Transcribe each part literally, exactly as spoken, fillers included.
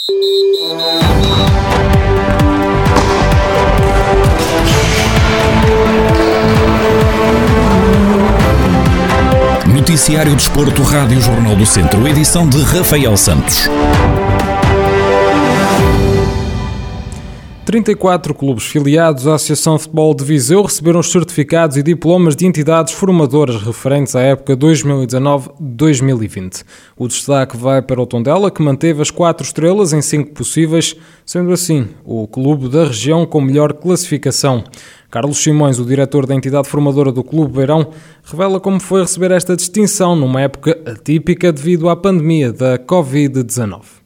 Noticiário Desporto, Rádio Jornal do Centro, edição de Rafael Santos. trinta e quatro clubes filiados à Associação de Futebol de Viseu receberam os certificados e diplomas de entidades formadoras referentes à época dois mil e dezanove a dois mil e vinte. O destaque vai para o Tondela, que manteve as quatro estrelas em cinco possíveis, sendo assim o clube da região com melhor classificação. Carlos Simões, o diretor da entidade formadora do Clube Beirão, revela como foi receber esta distinção numa época atípica devido à pandemia da covid dezanove.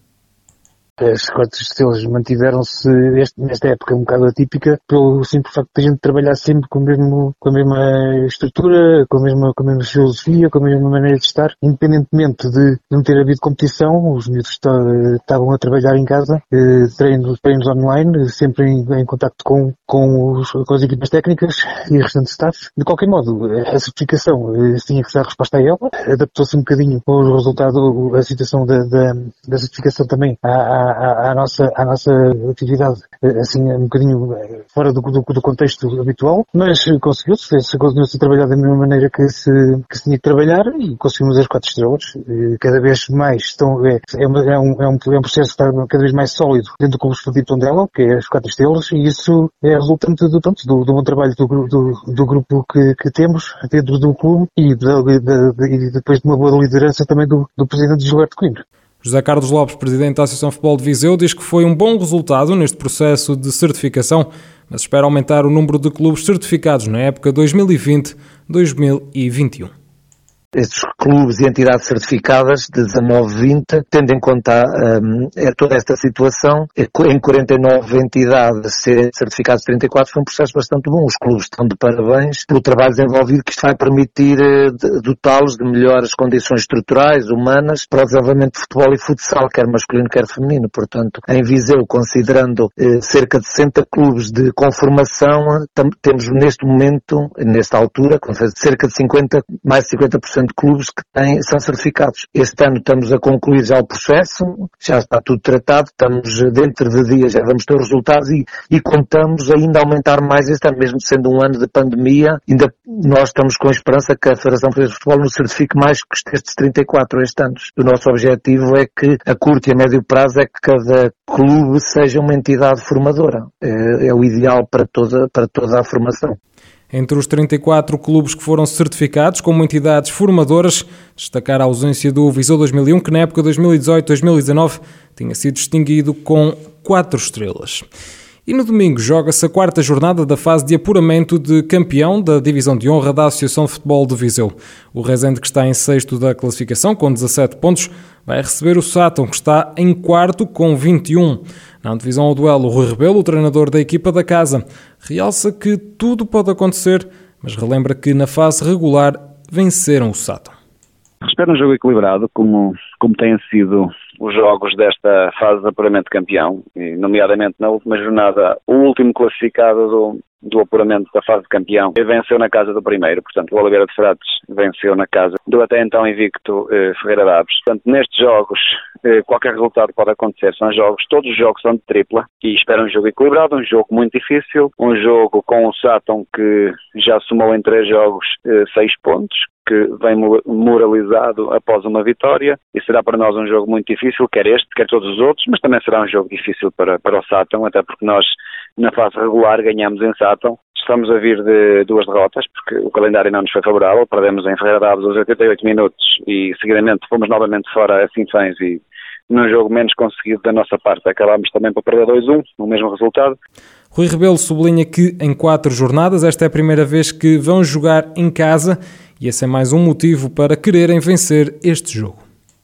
As quatro estrelas mantiveram-se nesta época um bocado atípica pelo simples facto de a gente trabalhar sempre com, o mesmo, com a mesma estrutura, com a mesma, com a mesma filosofia, com a mesma maneira de estar, independentemente de não ter havido competição. Os miúdos estavam a trabalhar em casa, treinos, treinos online, sempre em, em contacto com, com, os, com as equipas técnicas e o restante staff. De qualquer modo, a certificação tinha que dar resposta a ela, adaptou-se um bocadinho ao resultado, a situação da, da, da certificação também à, À, à, nossa, à nossa atividade, assim, um bocadinho fora do, do, do contexto habitual, mas conseguiu-se, conseguiu-se trabalhar da mesma maneira que se, que se tinha que trabalhar e conseguimos as quatro estrelas. Cada vez mais estão, é, é, uma, é, um, é, um, é um processo que está cada vez mais sólido dentro do Clube Esportivo Tondela, que é as quatro estrelas, e isso é resultante do, pronto, do, do bom trabalho do, do, do grupo que, que temos dentro do clube e, de, de, de, e depois de uma boa liderança também do, do presidente Gilberto Coimbra. José Carlos Lopes, presidente da Associação de Futebol de Viseu, diz que foi um bom resultado neste processo de certificação, mas espera aumentar o número de clubes certificados na época dois mil e vinte a dois mil e vinte e um. Estes clubes e entidades certificadas de dezanove a vinte, tendo em conta um, toda esta situação, em quarenta e nove entidades serem certificados trinta e quatro, foi um processo bastante bom. Os clubes estão de parabéns pelo trabalho desenvolvido, que isto vai permitir uh, dotá-los de melhores condições estruturais, humanas, para o desenvolvimento de futebol e futsal, quer masculino, quer feminino. Portanto, em Viseu, considerando uh, cerca de sessenta clubes de conformação, tam- temos neste momento, nesta altura, cerca de cinquenta, mais de cinquenta por cento de clubes que têm, são certificados. Este ano estamos a concluir já o processo, já está tudo tratado, estamos dentro de dias, já vamos ter os resultados e, e contamos ainda aumentar mais este ano, mesmo sendo um ano de pandemia, ainda nós estamos com a esperança que a Federação Portuguesa de Futebol nos certifique mais que estes trinta e quatro este ano. O nosso objetivo é que a curto e a médio prazo é que cada clube seja uma entidade formadora. É, é o ideal para toda, para toda a formação. Entre os trinta e quatro clubes que foram certificados como entidades formadoras, destacar a ausência do Viseu dois mil e um, que na época dois mil e dezoito a dois mil e dezanove tinha sido distinguido com quatro estrelas. E no domingo joga-se a quarta jornada da fase de apuramento de campeão da Divisão de Honra da Associação de Futebol de Viseu. O Rezende, que está em sexto da classificação com dezassete pontos, vai receber o Sátão, que está em quarto com vinte e um. Na antevisão ao duelo, o Rui Rebelo, o treinador da equipa da casa, realça que tudo pode acontecer, mas relembra que na fase regular venceram o Sátão. Espero um jogo equilibrado, como, como têm sido os jogos desta fase de apuramento de campeão, e nomeadamente na última jornada, o último classificado do, do apuramento da fase de campeão venceu na casa do primeiro, portanto o Oliveira de Frades venceu na casa do até então invicto eh, Ferreira de Aves. Portanto, nestes jogos, eh, qualquer resultado pode acontecer, são jogos, todos os jogos são de tripla, e espero um jogo equilibrado, um jogo muito difícil, um jogo com o Sátão que já somou em três jogos eh, seis pontos, que vem moralizado após uma vitória, e será para nós um jogo muito difícil, quer este, quer todos os outros, mas também será um jogo difícil para, para o Sátão, até porque nós na fase regular ganhamos em Sátão. Estamos a vir de duas derrotas, porque o calendário não nos foi favorável, perdemos em Ferreira de Aves aos oitenta e oito minutos e seguidamente fomos novamente fora a Sinfãs e num jogo menos conseguido da nossa parte acabámos também por perder dois a um, o mesmo resultado. Rui Rebelo sublinha que em quatro jornadas esta é a primeira vez que vão jogar em casa e esse é mais um motivo para quererem vencer este jogo.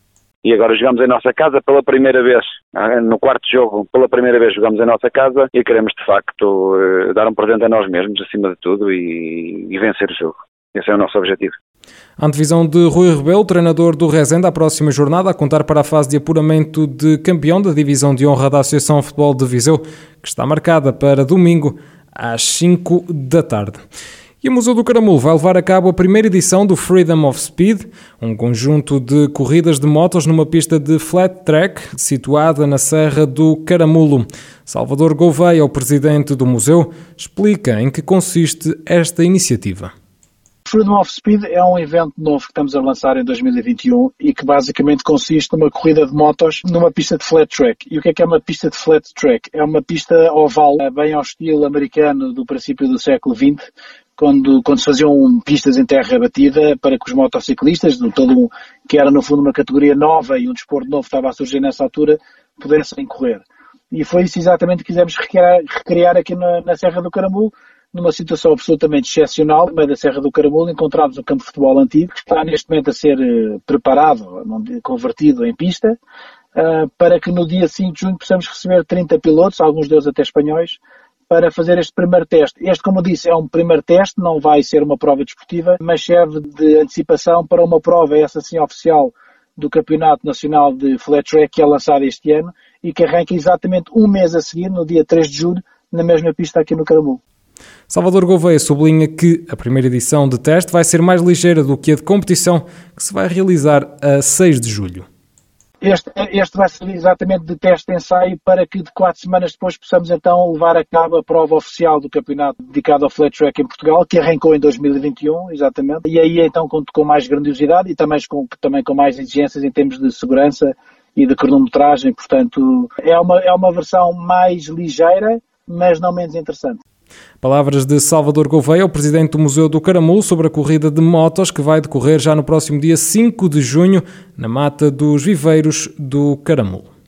E agora jogamos em nossa casa pela primeira vez, no quarto jogo, pela primeira vez jogamos em nossa casa e queremos de facto dar um presente a nós mesmos, acima de tudo, e, e vencer o jogo. Esse é o nosso objetivo. A antevisão de Rui Rebelo, treinador do Rezende, à próxima jornada, a contar para a fase de apuramento de campeão da Divisão de Honra da Associação de Futebol de Viseu, que está marcada para domingo às cinco da tarde. E o Museu do Caramulo vai levar a cabo a primeira edição do Freedom of Speed, um conjunto de corridas de motos numa pista de flat track situada na Serra do Caramulo. Salvador Gouveia, o presidente do museu, explica em que consiste esta iniciativa. Freedom of Speed é um evento novo que estamos a lançar em dois mil e vinte e um e que basicamente consiste numa corrida de motos numa pista de flat track. E o que é que é uma pista de flat track? É uma pista oval, bem ao estilo americano do princípio do século vinte, quando, quando se faziam pistas em terra batida para que os motociclistas, de todo um, que era no fundo uma categoria nova e um desporto novo estava a surgir nessa altura, pudessem correr. E foi isso exatamente que quisemos recriar, recriar aqui na, na Serra do Caramulo, numa situação absolutamente excepcional. No meio da Serra do Caramulo encontramos um campo de futebol antigo que está neste momento a ser preparado, convertido em pista, para que no dia cinco de junho possamos receber trinta pilotos, alguns deles até espanhóis, para fazer este primeiro teste. Este, como eu disse, é um primeiro teste, não vai ser uma prova desportiva, mas serve de antecipação para uma prova, essa sim oficial, do Campeonato Nacional de Flat Track, que é lançada este ano e que arranca exatamente um mês a seguir, no dia três de julho, na mesma pista aqui no Caramulo. Salvador Gouveia sublinha que a primeira edição de teste vai ser mais ligeira do que a de competição, que se vai realizar a seis de julho. Este, este vai ser exatamente de teste de ensaio para que de quatro semanas depois possamos então levar a cabo a prova oficial do campeonato dedicado ao flat track em Portugal, que arrancou em dois mil e vinte e um, exatamente, e aí então com, com mais grandiosidade e também com, também com mais exigências em termos de segurança e de cronometragem. Portanto, é uma, é uma versão mais ligeira, mas não menos interessante. Palavras de Salvador Gouveia, o presidente do Museu do Caramulo, sobre a corrida de motos que vai decorrer já no próximo dia cinco de junho, na Mata dos Viveiros do Caramulo.